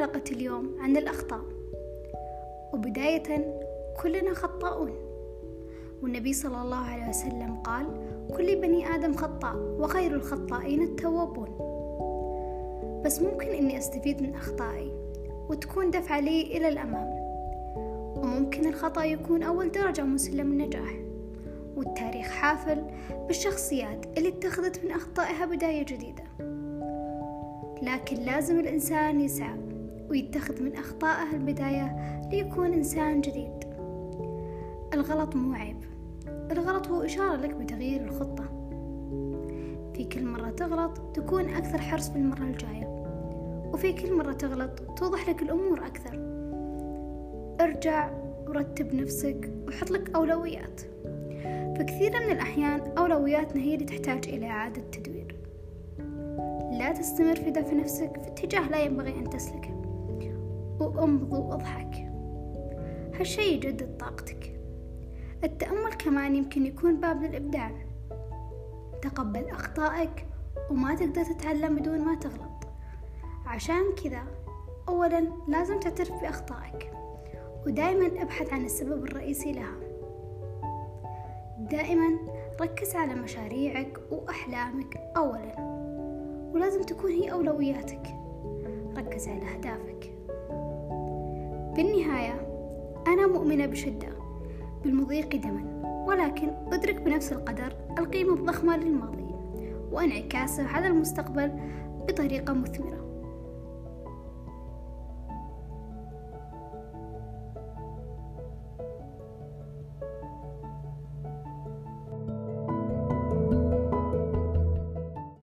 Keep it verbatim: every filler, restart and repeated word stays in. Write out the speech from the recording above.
حلقة اليوم عن الأخطاء. وبداية كلنا خطاؤون، والنبي صلى الله عليه وسلم قال: كل بني آدم خطاء وخير الخطائين التوابون. بس ممكن إني أستفيد من أخطائي وتكون دفعة لي إلى الأمام، وممكن الخطأ يكون أول درجة من سلم النجاح. والتاريخ حافل بالشخصيات اللي اتخذت من أخطائها بداية جديدة، لكن لازم الإنسان يسعى ويتخذ من أخطائه البداية ليكون إنسان جديد. الغلط مو عيب، الغلط هو إشارة لك بتغيير الخطة. في كل مرة تغلط تكون أكثر حرص في المرة الجاية، وفي كل مرة تغلط توضح لك الأمور أكثر. ارجع ورتب نفسك وحط لك أولويات. فكثير من الأحيان أولوياتنا هي اللي تحتاج إلى إعادة تدوير. لا تستمر في دفع نفسك في اتجاه لا ينبغي أن تسلكه، وأمض واضحك. هالشي يجدد طاقتك. التأمل كمان يمكن يكون باب للإبداع. تقبل أخطائك، وما تقدر تتعلم بدون ما تغلط. عشان كذا أولا لازم تعترف بأخطائك، ودائما ابحث عن السبب الرئيسي لها. دائما ركز على مشاريعك وأحلامك أولا، ولازم تكون هي أولوياتك. ركز على أهدافك. بالنهاية أنا مؤمنة بشدة بالمضي قدما، ولكن أدرك بنفس القدر القيمة الضخمة للماضي وانعكاسه على المستقبل بطريقة مثمرة.